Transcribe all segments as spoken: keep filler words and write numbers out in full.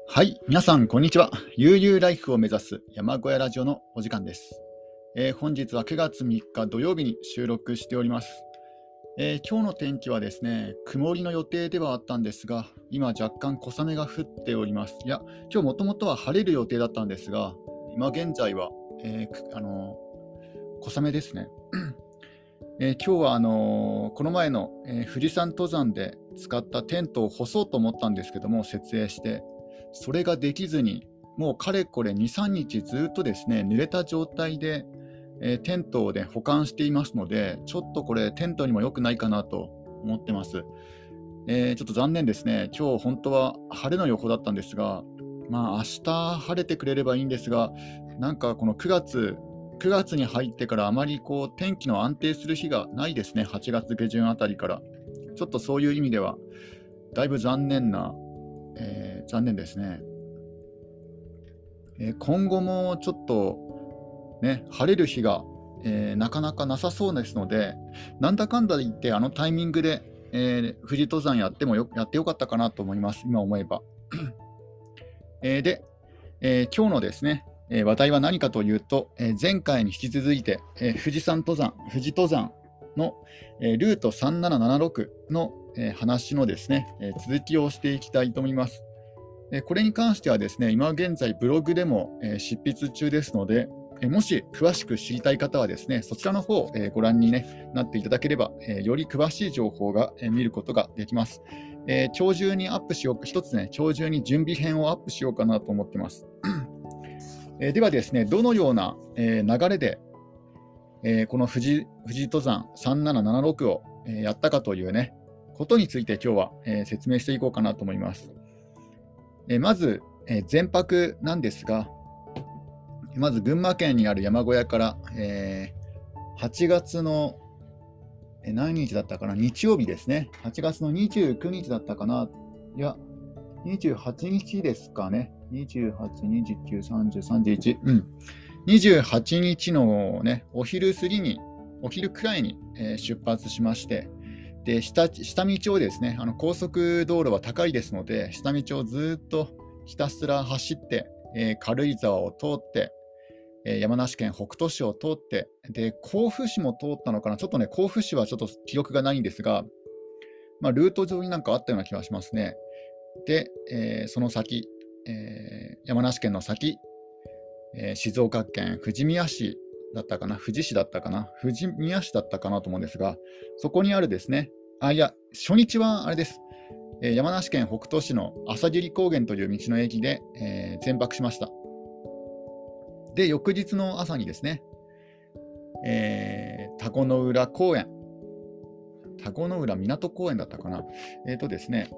はい、皆さん、こんにちは。悠々ライフを目指す山小屋ラジオのお時間です。えー本日はくがつみっか土曜日に収録しております。えー今日の天気はですね、曇りの予定ではあったんですが、今若干小雨が降っております。いや、今日もともとは晴れる予定だったんですが、今現在は、えーくあのー小雨ですね。えー今日はあのーこの前の、えー富士山登山で使ったテントを干そうと思ったんですけども、設営して、それができずに、もうかれこれに、さんにちずっとですね、濡れた状態で、えーテントを、ね、保管していますので、ちょっとこれ、テントにも良くないかなと思ってます。えーちょっと残念ですね。今日本当は晴れの予報だったんですが、まあ明日晴れてくれればいいんですが、なんかこのくがつ、くがつに入ってからあまりこう天気の安定する日がないですね。はちがつげじゅんあたりから。ちょっとそういう意味では、だいぶ残念な、えー残念ですね。えー今後もちょっとね、晴れる日が、えーなかなかなさそうですので、なんだかんだ言ってあのタイミングで、えー富士登山やってもよやってよかったかなと思います、今思えば。えーで、えー今日のですね、えー話題は何かというと、えー前回に引き続いて、えー富士山登山、富士登山の、えールートさんななななろくの、えー話のですね、えー続きをしていきたいと思います。えーこれに関してはですね、今現在ブログでも、えー執筆中ですので、えーもし詳しく知りたい方はですね、そちらの方を、えーご覧に、ね、なっていただければ、えーより詳しい情報が、えー見ることができます。えー今日中にアップしよう、一つね、今日中に準備編をアップしようかなと思ってます。えーではですね、どのような、えー流れで、えーこの富士富士登山さんななななろくを、えーやったかというね、ことについて今日は、えー説明していこうかなと思います。えーまず、えー前泊なんですが、まず群馬県にある山小屋から、えーはちがつのえー何日だったかな、日曜日ですね。はちがつのにじゅうくにちだったかな。いや、にじゅうはちにちですかね。にじゅうはち、にじゅうく、さんじゅう、さんじゅういち。うん。にじゅうはちにちのね、お昼過ぎに、お昼くらいに、えー出発しまして、で下、下道をですね、あの高速道路は高いですので、下道をずっとひたすら走って、えー軽井沢を通って、えー山梨県北杜市を通って、で、甲府市も通ったのかな、ちょっとね、甲府市はちょっと記憶がないんですが、まあ、ルート上になんかあったような気がしますね。で、えーその先、えー山梨県の先、えー静岡県富士宮市だったかな、富士市だったかな、富士宮市だったかなと思うんですが、そこにあるですね、あ、いや、初日はあれです、えー山梨県北杜市の朝霧高原という道の駅で、えー前泊しました。で、翌日の朝にですね、えー田子の浦公園、田子の浦港公園だったかな、えっ、とですね、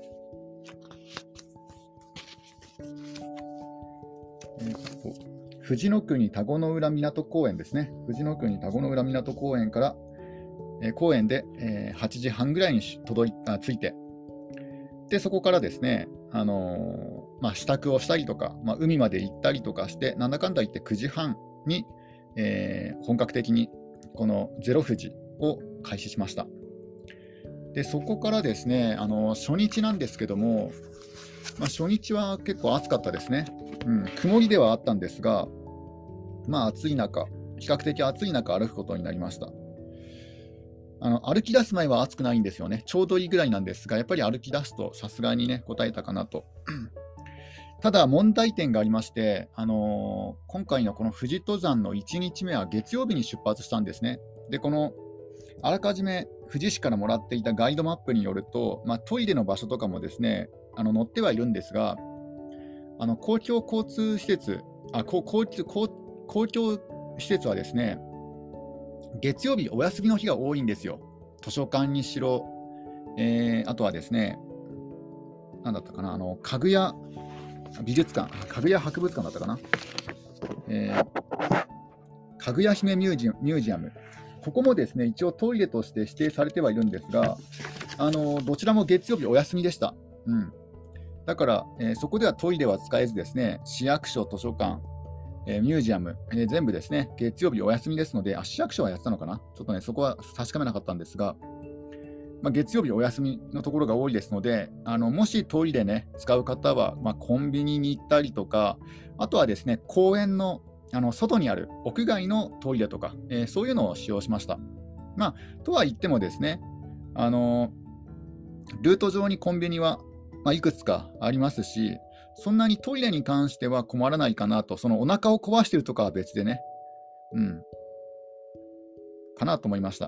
えーと富士の国田子の浦港公園ですね。富士の国田子の浦港公園から、えー公園で、えーはちじはんぐらいに届いあ着いて、で、そこからですね、あのーまあ、支度をしたりとか、まあ、海まで行ったりとかして、なんだかんだ言ってくじはんに、えー本格的にこのゼロ富士を開始しました。で、そこからですね、あのー初日なんですけども、まあ、初日は結構暑かったですね。うん、曇りではあったんですが、まあ暑い中、比較的暑い中歩くことになりました。あの歩き出す前は暑くないんですよね。ちょうどいいぐらいなんですが、やっぱり歩き出すとさすがにね、答えたかなと。ただ問題点がありまして、あのー今回のこの富士登山のいちにちめは月曜日に出発したんですね。で、このあらかじめ富士市からもらっていたガイドマップによると、まあ、トイレの場所とかもですね、あの載ってはいるんですが、あの公共交通施設、あ公公公公共施設はですね、月曜日お休みの日が多いんですよ。図書館にしろ、えーあとはですね、なんだったかな、あの家具屋美術館、家具屋博物館だったかな、えー、かぐや姫ミュージミュージアム、ここもですね、一応トイレとして指定されてはいるんですが、あのどちらも月曜日お休みでした。うん、だから、えーそこではトイレは使えずですね、市役所、図書館、えーミュージアム、えー全部ですね、月曜日お休みですので、あ、市役所はやってたのかな、ちょっとね、そこは確かめなかったんですが、 まあ、月曜日お休みのところが多いですので、あのもしトイレね、使う方は、まあ、コンビニに行ったりとか、あとはですね、公園の、あの外にある屋外のトイレとか、えーそういうのを使用しました。まあ、とは言ってもですね、あのルート上にコンビニは、まあ、いくつかありますし、そんなにトイレに関しては困らないかなと、そのお腹を壊しているとかは別でね、うん、かなと思いました。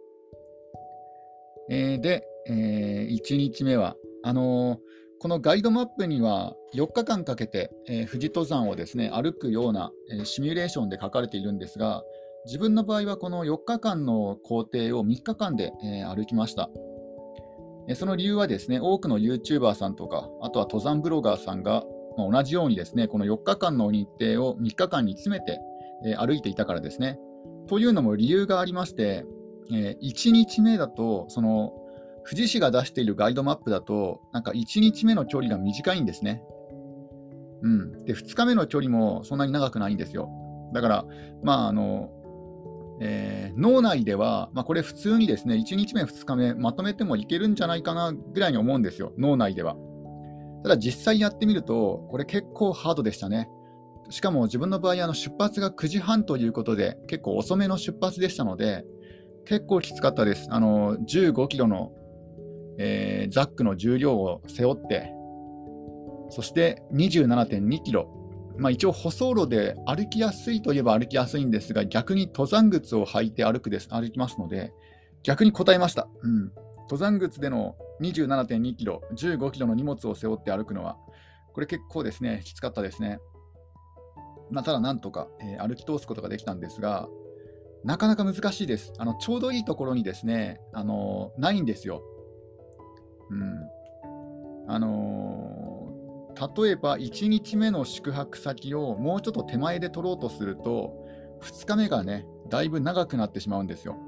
えーで、えいちにちめは、あのーこのガイドマップにはよっかかんかけて、えー富士登山をですね、歩くような、えーシミュレーションで書かれているんですが、自分の場合はこのよっかかんの行程をみっかかんで、えー歩きました。えーその理由はですね、多くの ユーチューバー さんとか、あとは登山ブロガーさんが、まあ同じようにですね、このよっかかんの日程をみっかかんに詰めて、えー歩いていたからですね。というのも理由がありまして、えーいちにちめだと、その富士市が出しているガイドマップだと、なんかいちにちめの距離が短いんですね。うん、でふつかめの距離もそんなに長くないんですよ。だから、まああのえー脳内では、まあ、これ普通にですね、いちにちめ、ふつかめ、まとめてもいけるんじゃないかなぐらいに思うんですよ、脳内では。ただ実際やってみると、これ結構ハードでしたね。しかも自分の場合、あの出発がくじはんということで、結構遅めの出発でしたので、結構きつかったです。あのじゅうごキロの、えーザックの重量を背負って、そしてにじゅうななてんにキロ。まあ、一応、舗装路で歩きやすいといえば歩きやすいんですが、逆に登山靴を履いて歩くです歩きますので、逆に答えました。うん、登山靴でのにじゅうななてんにキロ、じゅうごキロの荷物を背負って歩くのは、これ結構ですね、きつかったですね。まあ、ただ、なんとか、えー歩き通すことができたんですが、なかなか難しいです。あのちょうどいいところにですね、あのないんですよ。うんあのー例えばいちにちめの宿泊先をもうちょっと手前で取ろうとすると、ふつかめがね、だいぶ長くなってしまうんですよ。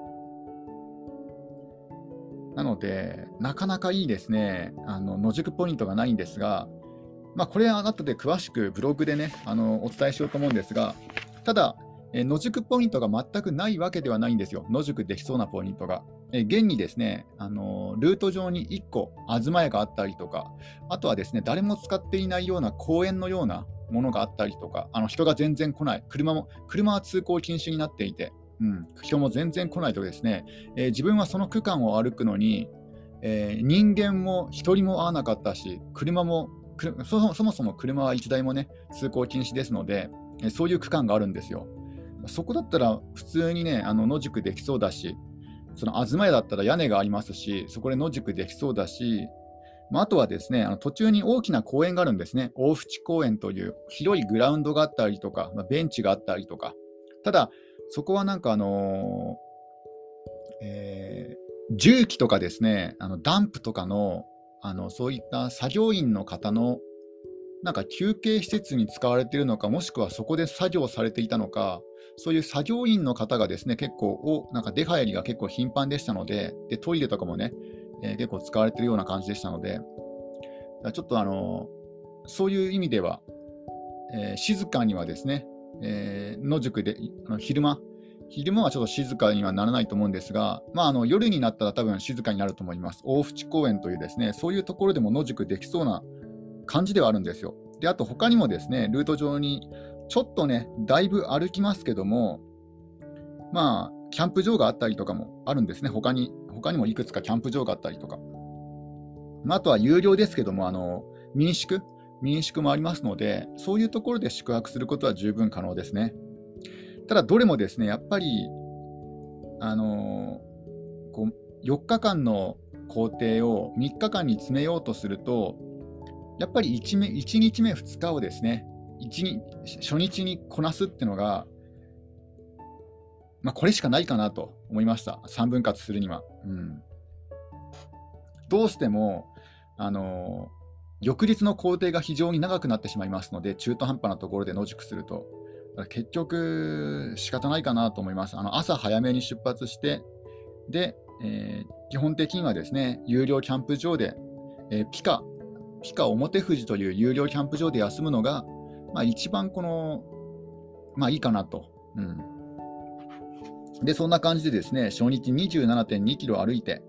なので、なかなかいいですね、あの野宿ポイントがないんですが、まあ、これは後で詳しくブログでね、あのお伝えしようと思うんですが、ただ、えー野宿ポイントが全くないわけではないんですよ、野宿できそうなポイントが。えー現にですね、あのールート上にいっこ、東屋があったりとか、あとはですね、誰も使っていないような公園のようなものがあったりとか、あの人が全然来ない、車も車は通行禁止になっていて、うん、人も全然来ないとですね、えー自分はその区間を歩くのに、えー人間も一人も会わなかったし、車もくそそそもそも車はいちだいもね、通行禁止ですので、えそういう区間があるんですよ。そこだったら普通にね、あの野宿できそうだし、その東屋だったら屋根がありますし、そこで野宿できそうだし、まあ、あとはですね、あの途中に大きな公園があるんですね。大淵公園という広いグラウンドがあったりとか、まあ、ベンチがあったりとか。ただ、そこはなんかあのーえー重機とかですね、あのダンプとかの、あのそういった作業員の方のなんか休憩施設に使われているのか、もしくはそこで作業されていたのか、そういう作業員の方がですね、結構お、なんか出入りが結構頻繁でしたので、でトイレとかもね、えー結構使われているような感じでしたので、ちょっとあのそういう意味では、えー静かにはですね、えー野宿であの昼間、昼間はちょっと静かにはならないと思うんですが、まあ、あの夜になったら多分静かになると思います。大淵公園というですね、そういうところでも野宿できそうな感じではあるんですよ。で、あと他にもですね、ルート上にちょっとね、だいぶ歩きますけども、まあ、キャンプ場があったりとかもあるんですね。他に、他にもいくつかキャンプ場があったりとか。まあ、あとは有料ですけども、あの民宿、民宿もありますので、そういうところで宿泊することは十分可能ですね。ただ、どれもですね、やっぱり、あのこうよっかかんの工程をみっかかんに詰めようとすると、やっぱり 1, 目いちにちめ、ふつかをですね、いちに初日にこなすっていうのが、まあ、これしかないかなと思いました、さんぶん割するには。うん、どうしても、あの翌日の工程が非常に長くなってしまいますので、中途半端なところで野宿すると、だから結局、仕方ないかなと思います。あの朝早めに出発して、で、えー基本的にはですね、有料キャンプ場で、えーピカ、ピカ表富士という有料キャンプ場で休むのが、まあ、一番この、まあいいかなと。うん、で、そんな感じでですね、初日にじゅうななてんにキロ歩いて、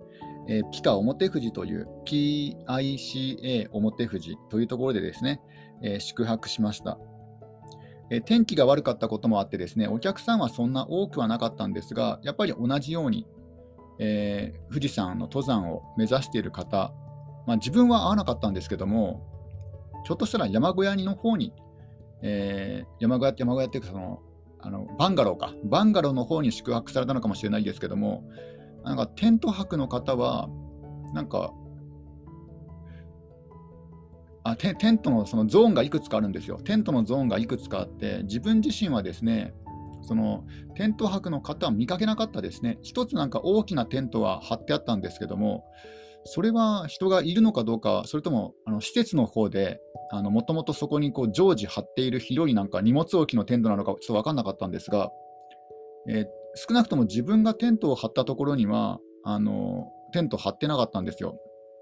えーピカ表富士という ピーイカ 表富士というところでですね、えー宿泊しました。えー天気が悪かったこともあってですね、お客さんはそんな多くはなかったんですが、やっぱり同じように、えー富士山の登山を目指している方、まあ、自分は会わなかったんですけども、ひょっとしたら山小屋の方に、えー山小屋山小屋っていうかその、あのバンガローか、バンガローの方に宿泊されたのかもしれないですけども、なんかテント泊の方は、なんかあテテントのそのゾーンがいくつかあるんですよ。テントのゾーンがいくつかあって、自分自身はですね、そのテント泊の方は見かけなかったですね。一つなんか大きなテントは張ってあったんですけども、それは人がいるのかどうか、それともあの施設の方で、もともとそこにこう常時張っている広いなんか荷物置きのテントなのかちょっと分かんなかったんですが、えー少なくとも自分がテントを張ったところには、あのテント張ってなかったんですよ。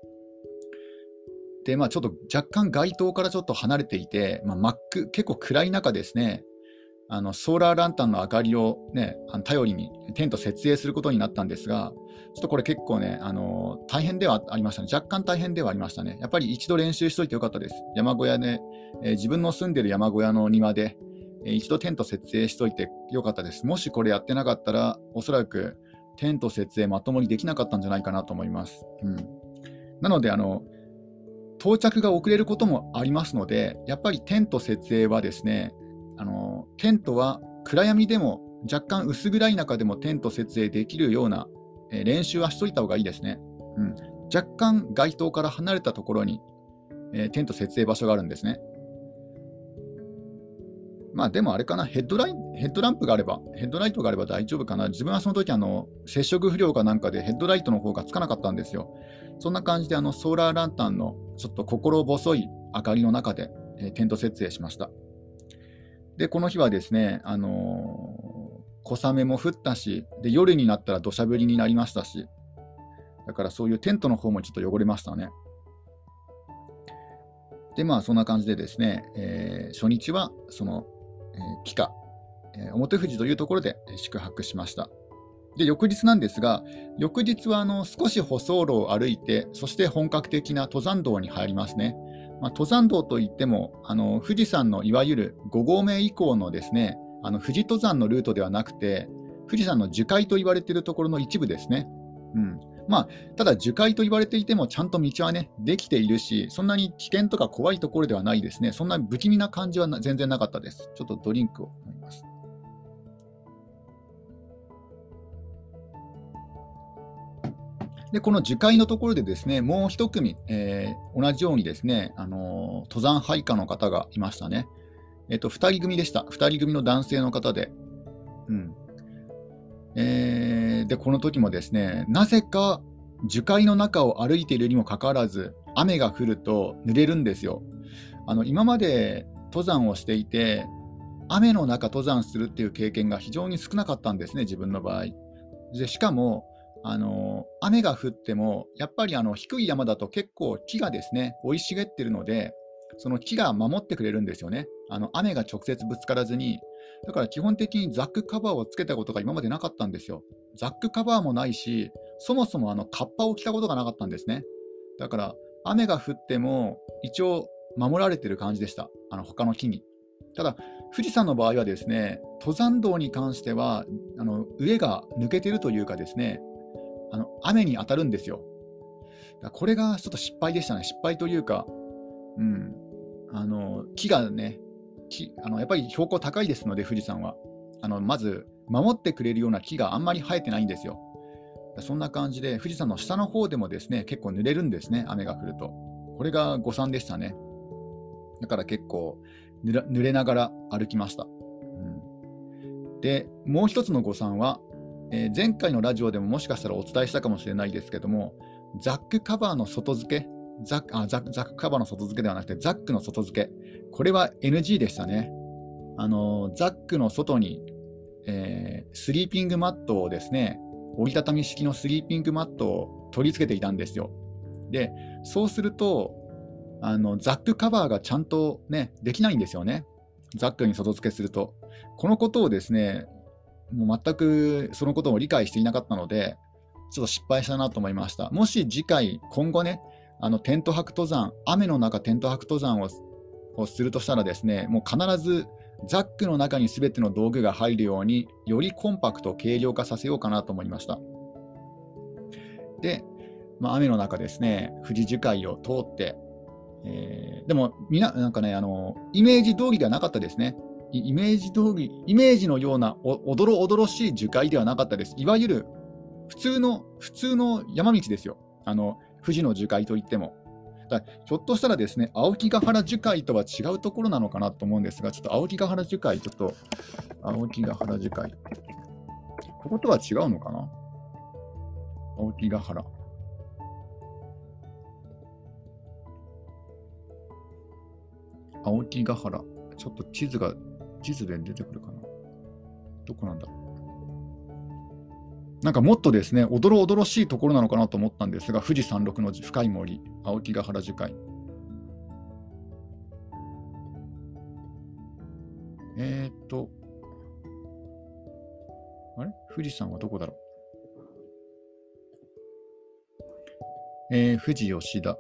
で、まあ、ちょっと若干街灯からちょっと離れていて、まあ、真っ暗結構暗い中ですね、あのソーラーランタンの明かりを、ね、あの頼りにテント設営することになったんですが、ちょっとこれ結構ね、あの大変ではありましたね。若干大変ではありましたね。やっぱり一度練習しといてよかったです。山小屋で、えー自分の住んでる山小屋の庭で、えー一度テント設営しといてよかったです。もしこれやってなかったら、おそらくテント設営まともにできなかったんじゃないかなと思います。うん、なのであの、到着が遅れることもありますので、やっぱりテント設営はですね、あのテントは暗闇でも若干薄暗い中でもテント設営できるような、えー練習はしといた方がいいですね。うん、若干街灯から離れたところに、えーテント設営場所があるんですね。まあでもあれかな、ヘッドライン、ヘッドランプがあれば、ヘッドライトがあれば大丈夫かな。自分はその時あの接触不良かなんかでヘッドライトの方がつかなかったんですよ。そんな感じであのソーラーランタンのちょっと心細い明かりの中で、えーテント設営しました。で、この日はですね、あのー小雨も降ったし、で夜になったら土砂降りになりましたし、だからそういうテントの方もちょっと汚れましたね。で、まあそんな感じでですね、えー初日はその、えー、ピカ、えー表富士というところでえー宿泊しました。で、翌日なんですが、翌日はあの少し舗装路を歩いて、そして本格的な登山道に入りますね。まあ、登山道といっても、あの富士山のいわゆるご合目以降のですね、あの富士登山のルートではなくて、富士山の樹海と言われているところの一部ですね。うん、まあ、ただ樹海と言われていても、ちゃんと道はね、できているし、そんなに危険とか怖いところではないですね。そんな不気味な感じはな全然なかったです。ちょっとドリンクを飲みます。で、この樹海のところでですね、もう一組、えー同じようにですね、あのー登山配下の方がいましたね。えっと、ふたり組でした。ふたり組の男性の方で。うんえーで、この時もですね、なぜか樹海の中を歩いているにもかかわらず、雨が降ると濡れるんですよ。あの今まで登山をしていて、雨の中登山するっていう経験が非常に少なかったんですね、自分の場合。でしかもあの雨が降ってもやっぱりあの低い山だと結構木がですね生い茂っているので、その木が守ってくれるんですよね。あの雨が直接ぶつからずに。だから基本的にザックカバーをつけたことが今までなかったんですよ。ザックカバーもないし、そもそもあのカッパを着たことがなかったんですね。だから雨が降っても一応守られている感じでした、あの他の木に。ただ富士山の場合はですね、登山道に関してはあの上が抜けているというかですね、あの雨に当たるんですよ。だからこれがちょっと失敗でしたね。失敗というか、うん、あの木がね、木あのやっぱり標高高いですので、富士山はあのまず守ってくれるような木があんまり生えてないんですよ。そんな感じで、富士山の下の方でもですね、結構濡れるんですね、雨が降ると。これが誤算でしたね。だから結構濡れ濡れながら歩きました。うん、で、もう一つの誤算は、えー前回のラジオでももしかしたらお伝えしたかもしれないですけども、ザックカバーの外付け、ザックあザックザックカバーの外付けではなくて、ザックの外付け、これは エヌジー でしたね。あのザックの外に、えースリーピングマットをですね、折りたたみ式のスリーピングマットを取り付けていたんですよ。で、そうすると、あのザックカバーがちゃんと、ね、できないんですよね。ザックに外付けすると。このことをですね、もう全くそのことを理解していなかったので、 ちょっと失敗したなと思いました。もし次回、今後ね、あのテント泊登山、雨の中テント泊登山ををするとしたらですね、もう必ずザックの中に全ての道具が入るように、よりコンパクト、軽量化させようかなと思いました。で、まあ、雨の中ですね、富士樹海を通って、えーでもみな、なんかね、あの、イメージ通りではなかったですね。イイメージ通り、イメージのようなおおどろおどろしい樹海ではなかったです。いわゆる普通の、普通の山道ですよ。あの、富士の樹海といっても。だひょっとしたらですね、青木ヶ原樹海とは違うところなのかなと思うんですが、ちょっと青木ヶ原樹海、ちょっと、青木ヶ原樹海。こことは違うのかな、青木ヶ原。青木ヶ原。ちょっと地図が、地図で出てくるかな。どこなんだろう。なんかもっとですね、おどろおどろしいところなのかなと思ったんですが、富士山麓の深い森、青木ヶ原樹海。えーっと、あれ富士山はどこだろう。えー、富士吉田。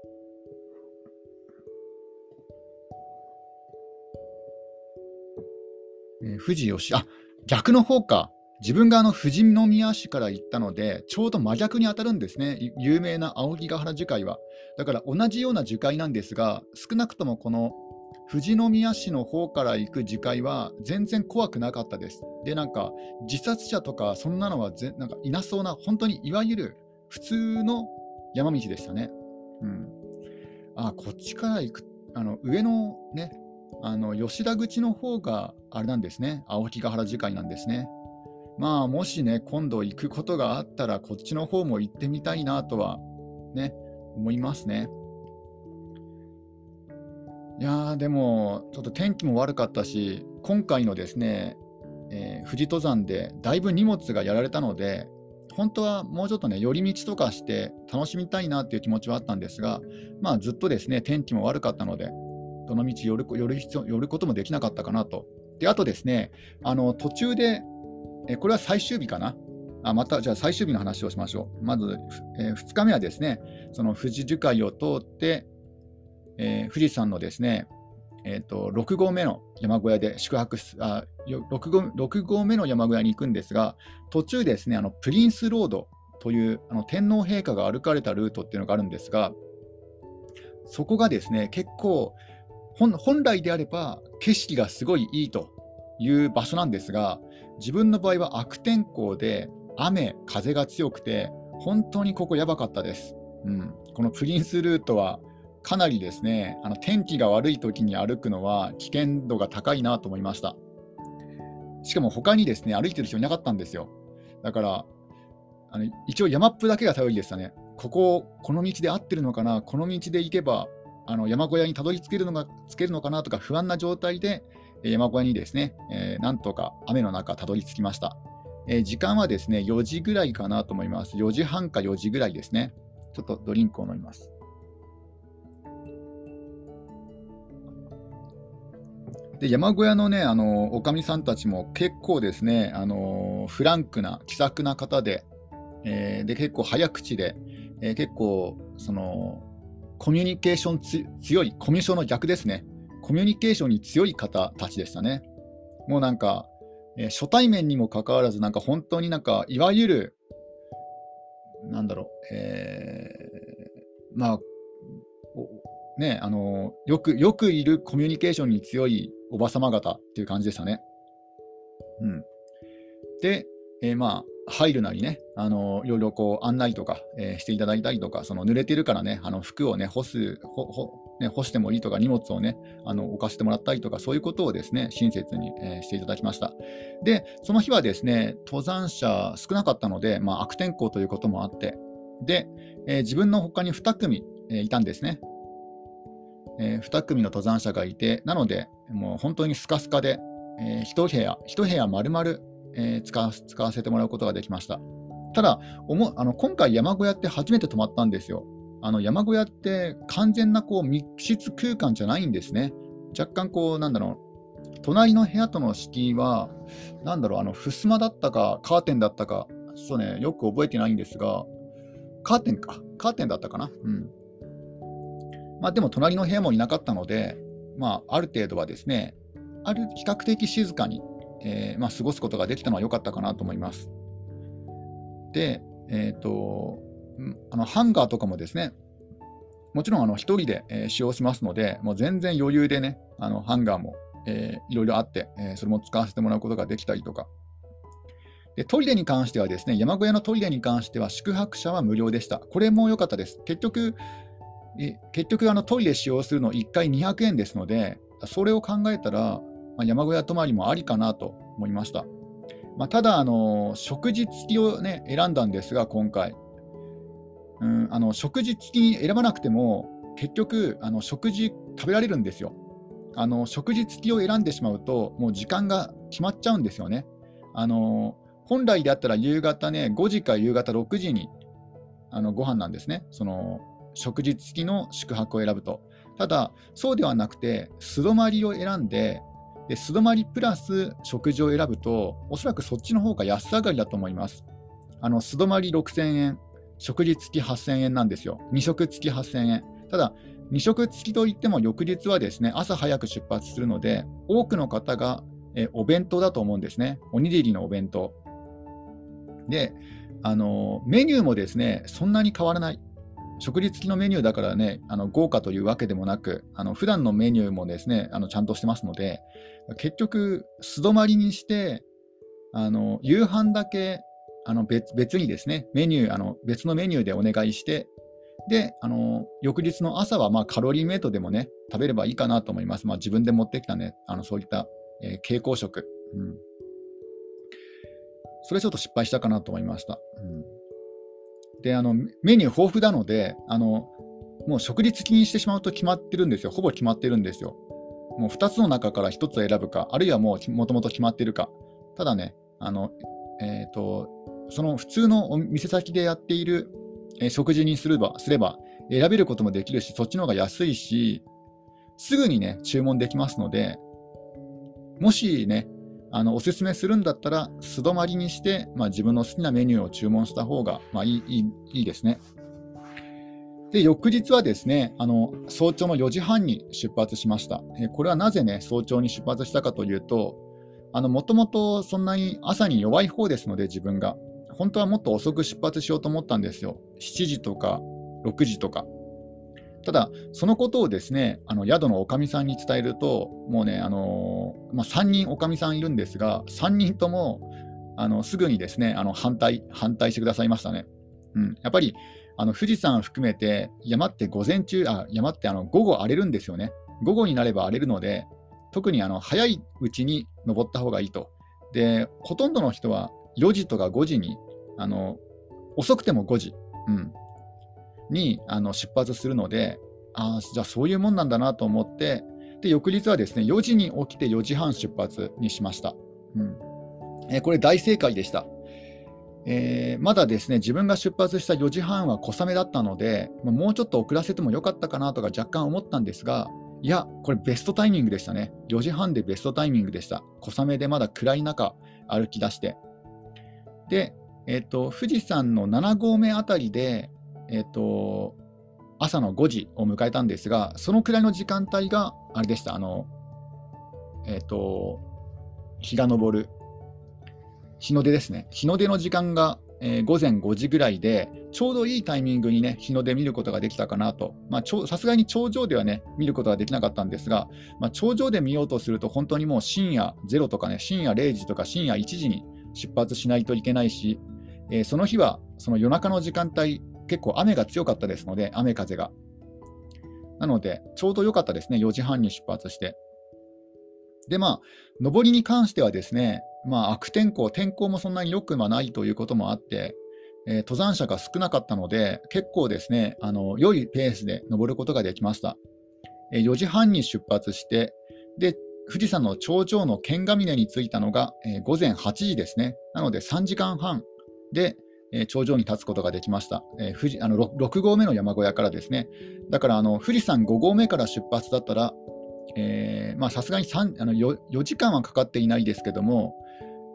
えー富士吉、あ、逆の方か。自分があの富士宮市から行ったので、ちょうど真逆に当たるんですね、い有名な青木ヶ原樹海は。だから同じような樹海なんですが、少なくともこの富士宮市の方から行く樹海は全然怖くなかったです。で、なんか自殺者とかそんなのはぜなんかいなそうな、本当にいわゆる普通の山道でしたね。うん。あ、こっちから行く、あの上のね、あの吉田口の方があれなんですね、青木ヶ原樹海なんですね。まあ、もしね、今度行くことがあったら、こっちの方も行ってみたいなとはね、思いますね。いやー、でも、ちょっと天気も悪かったし、今回のですね、えー富士登山でだいぶ荷物がやられたので、本当はもうちょっとね、寄り道とかして楽しみたいなっていう気持ちはあったんですが、まあ、ずっとですね、天気も悪かったので、どの道寄る寄る必要寄ることもできなかったかなと。で、あとですね、あの途中で、えこれは最終日かな。あ、また、じゃあ最終日の話をしましょう。まず、えーふつかめはですね、その富士樹海を通って、えー富士山のですね、えーと、ろく合目の山小屋で宿泊すあよ 6, 合ろく合目の山小屋に行くんですが、途中ですね、あのプリンスロードというあの天皇陛下が歩かれたルートっていうのがあるんですが、そこがですね、結構本本来であれば景色がすごいいいという場所なんですが、自分の場合は悪天候で雨、風が強くて、本当にここやばかったです。うん、このプリンスルートはかなりですね、あの天気が悪い時に歩くのは危険度が高いなと思いました。しかも他にですね、歩いてる人いなかったんですよ。だから、あの一応山っぷだけが頼りでしたね。ここ、この道で合ってるのかな、この道で行けばあの山小屋にたどり着けるのがつけるのかなとか不安な状態で、えー山小屋にですね、えーなんとか雨の中たどり着きました。えー時間はですね、よじぐらいかなと思います。よじはんかよじぐらいですね。ちょっとドリンクを飲みます。で、山小屋のね、あのおかみさんたちも結構ですね、あのフランクな気さくな方で、えーで結構早口で、えー結構そのコミュニケーションつ強い、コミュ障の逆ですね、コミュニケーションに強い方たちでしたね。もうなんか、えー初対面にもかかわらず、なんか本当になんか、いわゆる、なんだろう、えーまあ、おね、あのよく、よくいるコミュニケーションに強いおばさま方っていう感じでしたね。うん、で、えーまあ、入るなりね、あのいろいろこう案内とか、えーしていただいたりとか、その濡れてるからね、あの服をね、干す、ほほね、干してもいいとか、荷物をね、あの置かせてもらったりとか、そういうことをですね、親切に、えーしていただきました。で、その日はですね、登山者少なかったので、まあ、悪天候ということもあって、で、えー自分の他にに組、えーいたんですね。えーに組の登山者がいて、なので、もう本当にスカスカで、えー、一部屋、一部屋丸々、えー使わ、使わせてもらうことができました。ただ、おもあの今回、山小屋って初めて泊まったんですよ。あの山小屋って完全なこう密室空間じゃないんですね。若干こう、なんだろう、隣の部屋との敷居は、なんだろう、あの襖だったか、カーテンだったか、 ちょっとね、よく覚えてないんですが、カーテンか、カーテンだったかな。うん。まあ、でも隣の部屋もいなかったので、まあ、ある程度はですね、ある比較的静かに、えーまあ、過ごすことができたのは良かったかなと思います。で、えっと、んあのハンガーとかもですね、もちろんあの一人で、えー使用しますので、もう全然余裕でね、あのハンガーも、えーいろいろあって、えーそれも使わせてもらうことができたりとか。で、トイレに関してはですね、山小屋のトイレに関しては宿泊者は無料でした。これも良かったです。結局、え結局あのトイレ使用するのいっかいにひゃくえんですので、それを考えたら、まあ、山小屋泊まりもありかなと思いました。まあ、ただあの、食事付きを、ね、選んだんですが、今回。うん、あの食事付きに選ばなくても、結局あの食事食べられるんですよ。あの食事付きを選んでしまうと、もう時間が決まっちゃうんですよね。あの本来であったら夕方ね、ごじか夕方ろくじにあのご飯なんですね。その食事付きの宿泊を選ぶと。ただ、そうではなくて、素泊まりを選んで、で素泊まりプラス食事を選ぶと、おそらくそっちの方が安上がりだと思います。あの素泊まりろくせんえん、食事付きはっせんえんなんですよ。に食付きはっせんえん。ただ、に食付きといっても翌日はですね、朝早く出発するので、多くの方がえお弁当だと思うんですね。おにぎりのお弁当。で、あのメニューもですね、そんなに変わらない。食事付きのメニューだからね、あの豪華というわけでもなく、あの普段のメニューもですね、あのちゃんとしてますので、結局、素泊まりにして、あの夕飯だけあの 別, 別にですね、メニュー、あの別のメニューでお願いして、で、あの翌日の朝はまあカロリーメイトでもね、食べればいいかなと思います。まあ、自分で持ってきたね、あのそういった、えー蛍光食、うん。それちょっと失敗したかなと思いました。うん、で、あのメニュー豊富なので、あのもう食事付きにしてしまうと決まってるんですよ。ほぼ決まってるんですよ。もうふたつの中からひとつを選ぶか、あるいはもうもともと決まってるか。ただね、あのえーと、その普通のお店先でやっている、えー食事にすれば、すれば選べることもできるし、そっちの方が安いし、すぐにね、注文できますので、もしね、あのおすすめするんだったら、素泊まりにして、まあ、自分の好きなメニューを注文した方が、まあ、いいいいいいですね。で、翌日はですね、あの早朝のよじはんに出発しました。えーこれはなぜね、早朝に出発したかというと、もともとそんなに朝に弱い方ですので、自分が。本当はもっと遅く出発しようと思ったんですよ。しちじとかろくじとか。ただ、そのことをですね、あの宿のおかみさんに伝えると、もうね、あのーまあ、さんにんおかみさんいるんですが、さんにんともあのすぐにですね、あの反対、反対してくださいましたね。うん、やっぱりあの富士山含めて、山って午前中、あ山ってあの午後荒れるんですよね。午後になれば荒れるので、特にあの早いうちに登った方がいいと。で、ほとんどの人はよじとかごじに、あの遅くてもごじ、うん、にあの出発するので、あじゃあそういうもんなんだなと思って、で翌日はですね、よじに起きてよじはん出発にしました。うんえーこれ大正解でした。えーまだですね、自分が出発したよじはんは小雨だったので、まあもうちょっと遅らせてもよかったかなとか若干思ったんですが、いや、これベストタイミングでしたね。よじはんでベストタイミングでした。小雨でまだ暗い中、歩き出して。で、えっと、富士山のなな合目あたりで、えっと、朝のごじを迎えたんですが、そのくらいの時間帯があれでした。あの、えっと、日が昇る日の出ですね。日の出の時間が、えー午前ごじぐらいで、ちょうどいいタイミングにね、日の出見ることができたかなと。まあ、ちょさすがに頂上ではね、見ることができなかったんですが、まあ、頂上で見ようとすると、本当にもう深夜ゼロとかね、深夜れいじとか深夜いちじに出発しないといけないし、えーその日はその夜中の時間帯、結構雨が強かったですので、雨風が。なので、ちょうど良かったですね、よじはんに出発して。で、まあ、上りに関してはですね、まあ、悪天候、天候もそんなに良くはないということもあって、えー登山者が少なかったので、結構ですね、あの良いペースで登ることができました。えーよじはんに出発して、で、富士山の頂上の剣ヶ峰に着いたのが、えー午前はちじですね。なのでさんじかんはんで、えー頂上に立つことができました。えー富士あの ろく, 合目の山小屋からですね。だからあの富士山ご合目から出発だったら、さすがにさんあの 4, よじかんはかかっていないですけども、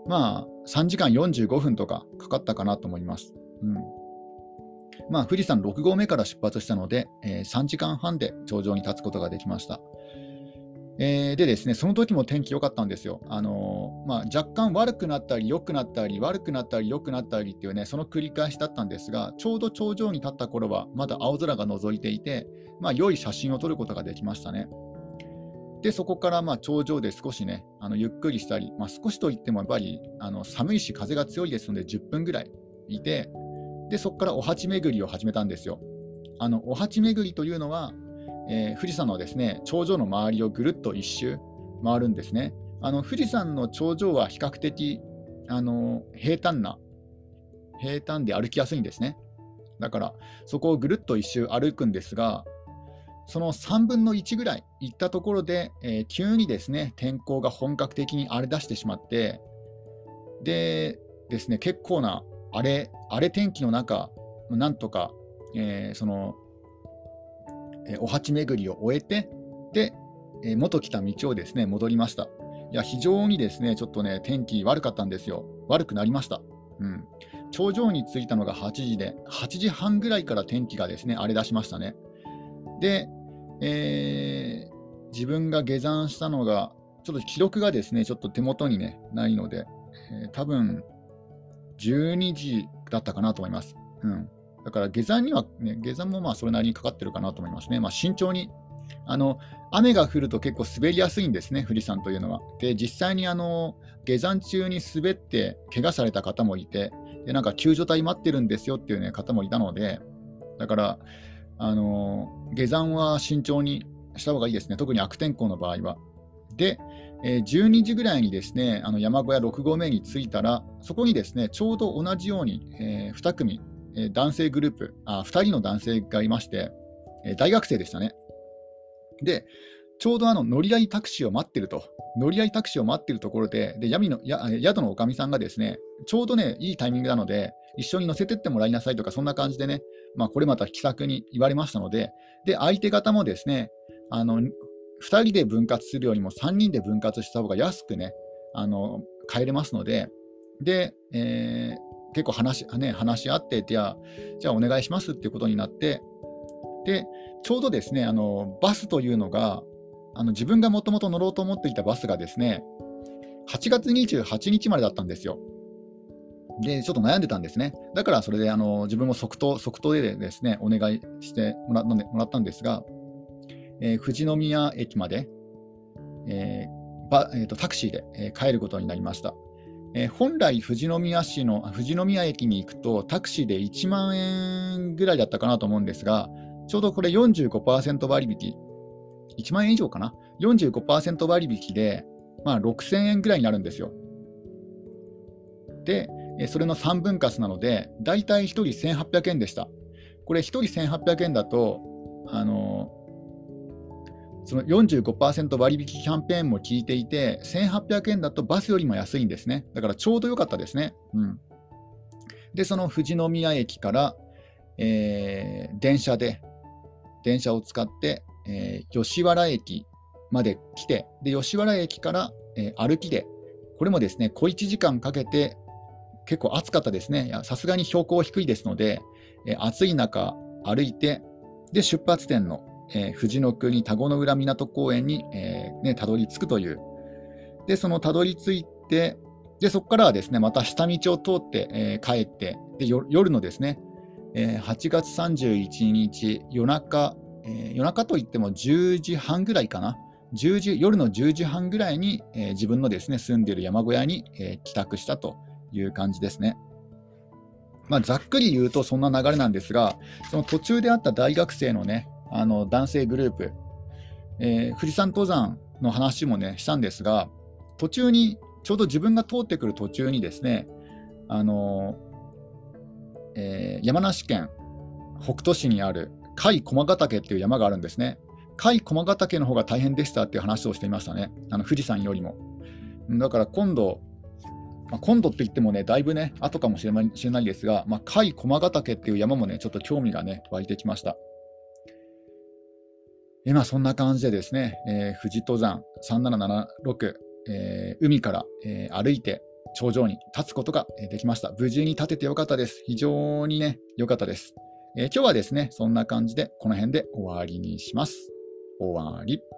まあ、さんじかんよんじゅうごふんとかかかったかなと思います。うん。まあ、富士山ろく合目から出発したので、えーさんじかんはんで頂上に立つことができました。えーでですね、その時も天気良かったんですよ。あのーまあ、若干悪くなったり良くなったり悪くなったり良くなったりっていうね、その繰り返しだったんですが、ちょうど頂上に立った頃はまだ青空が覗いていて、まあ、良い写真を撮ることができましたね。で、そこからまあ頂上で少しね、あのゆっくりしたり、まあ、少しといってもやっぱりあの寒いし風が強いですのでじゅっぷんぐらいいて、でそこからお鉢巡りを始めたんですよ。あのお鉢巡りというのは、えー富士山のですね頂上の周りをぐるっと一周回るんですね。あの富士山の頂上は比較的あの平坦な平坦で歩きやすいんですね。だからそこをぐるっと一周歩くんですが、そのさんぶんのいちぐらい行ったところで、えー急にですね天候が本格的に荒れ出してしまって、でですね結構な荒れ荒れ天気の中、なんとか、えーそのえーお鉢巡りを終えて、で、えー元来た道をですね戻りました。いや、非常にですねちょっとね天気悪かったんですよ。悪くなりました。うん。頂上に着いたのがはちじで、はちじはんぐらいから天気がですね荒れ出しましたね。で、えー自分が下山したのが、ちょっと記録がですねちょっと手元にねないので、えー多分じゅうにじだったかなと思います。うん。だから下山には、ね、下山もまあそれなりにかかってるかなと思いますね。まあ、慎重に。あの雨が降ると結構滑りやすいんですね、富士山というのは。で、実際にあの下山中に滑って怪我された方もいて、でなんか救助隊待ってるんですよっていう、ね、方もいたので、だからあの下山は慎重にした方がいいですね、特に悪天候の場合は。で、えーじゅうにじぐらいにですねあの山小屋ろく合目に着いたら、そこにですねちょうど同じように、えーに組、えー男性グループあ、ふたりの男性がいまして、えー大学生でしたね。で、ちょうどあの乗り合いタクシーを待ってると、乗り合いタクシーを待ってるところで、で闇のや宿のおかみさんがですね、ちょうどね、いいタイミングなので、一緒に乗せてってもらいなさいとか、そんな感じでね、まあ、これまた気さくに言われましたので、で相手方もですね、あのふたりで分割するよりもさんにんで分割した方が安くね、あの帰れますので、で、えー結構話し、ね、話し合って、じゃあ、じゃあお願いしますっていうことになって、でちょうどですねあのバスというのが、あの自分がもともと乗ろうと思っていたバスがですね、はちがつにじゅうはちにちまでだったんですよ。で、ちょっと悩んでたんですね。だからそれであの自分も即答、即答でですね、お願いしてもらったんでもらったんですが、えー富士宮駅まで、えーばえーとタクシーで、えー帰ることになりました。えー本来、富士宮市の富士宮駅に行くと、タクシーでいちまんえんぐらいだったかなと思うんですが、ちょうどこれよんじゅうごパーセント割引、いちまんえん以上かな、よんじゅうごパーセント割引で、まあ、ろくせんえんぐらいになるんですよ。で、えそれのさんぶん割なので、だいたいひとりせんはっぴゃくえんでした。これ、ひとりせんはっぴゃくえんだと、あのそのよんじゅうごパーセント割引キャンペーンも効いていて、せんはっぴゃくえんだとバスよりも安いんですね。だからちょうど良かったですね。うん、で、その富士宮駅から、えー電車で、電車を使って、えー吉原駅まで来て、で吉原駅から、えー歩きで、これもですね、小いちじかんかけて、結構暑かったですね。さすがに標高低いですので、えー暑い中歩いて、で出発点の、えー富士の国田子の浦港公園に、えーね、たどり着くという。で、そのたどり着いて、でそこからはですね、また下道を通って、えー帰って、で夜のですね、えーはちがつさんじゅういちにち夜中、えー夜中といってもじゅうじはんぐらいかな、じゅうじ夜のじゅうじはんぐらいに、えー自分のですね住んでいる山小屋に、えー帰宅したという感じですね。まあ、ざっくり言うとそんな流れなんですが、その途中であった大学生のね、あの男性グループ、えー富士山登山の話もねしたんですが、途中にちょうど自分が通ってくる途中にですね、あのえー山梨県北杜市にある甲斐駒ヶ岳っていう山があるんですね。甲斐駒ヶ岳の方が大変でしたっていう話をしていましたね、あの富士山よりも。だから今度、まあ、今度って言ってもね、だいぶね、後かもしれないしれないですが、まあ、甲斐駒ヶ岳っていう山もね、ちょっと興味がね、湧いてきました。えまあ、そんな感じでですね、えー富士登山さんななななろく、えー海から、えー歩いて、 頂上に立つことがえーできました。無事に立ててよかったです。非常にね、良かったです。えー今日はですね、そんな感じでこの辺で終わりにします。終わり。